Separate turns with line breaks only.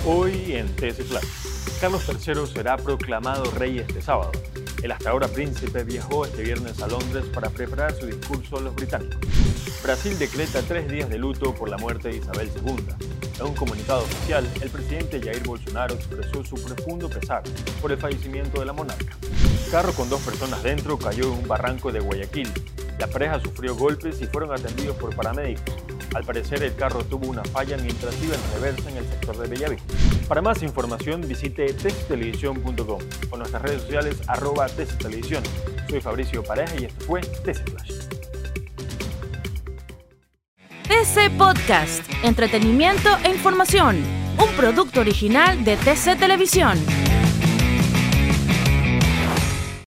Hoy en TC Flash, Carlos III será proclamado rey este sábado. El hasta ahora príncipe viajó este viernes a Londres para preparar su discurso a los británicos. Brasil decreta 3 días de luto por la muerte de Isabel II. En un comunicado oficial, el presidente Jair Bolsonaro expresó su profundo pesar por el fallecimiento de la monarca. Un carro con 2 personas dentro cayó en un barranco de Guayaquil. La pareja sufrió golpes y fueron atendidos por paramédicos. Al parecer, el carro tuvo una falla mientras iba en reversa en el sector de Bellavista. Para más información, visite tctelevisión.com o nuestras redes sociales @tctelevisión. Soy Fabricio Pareja y esto fue TC Flash.
TC Podcast, entretenimiento e información, un producto original de TC Televisión.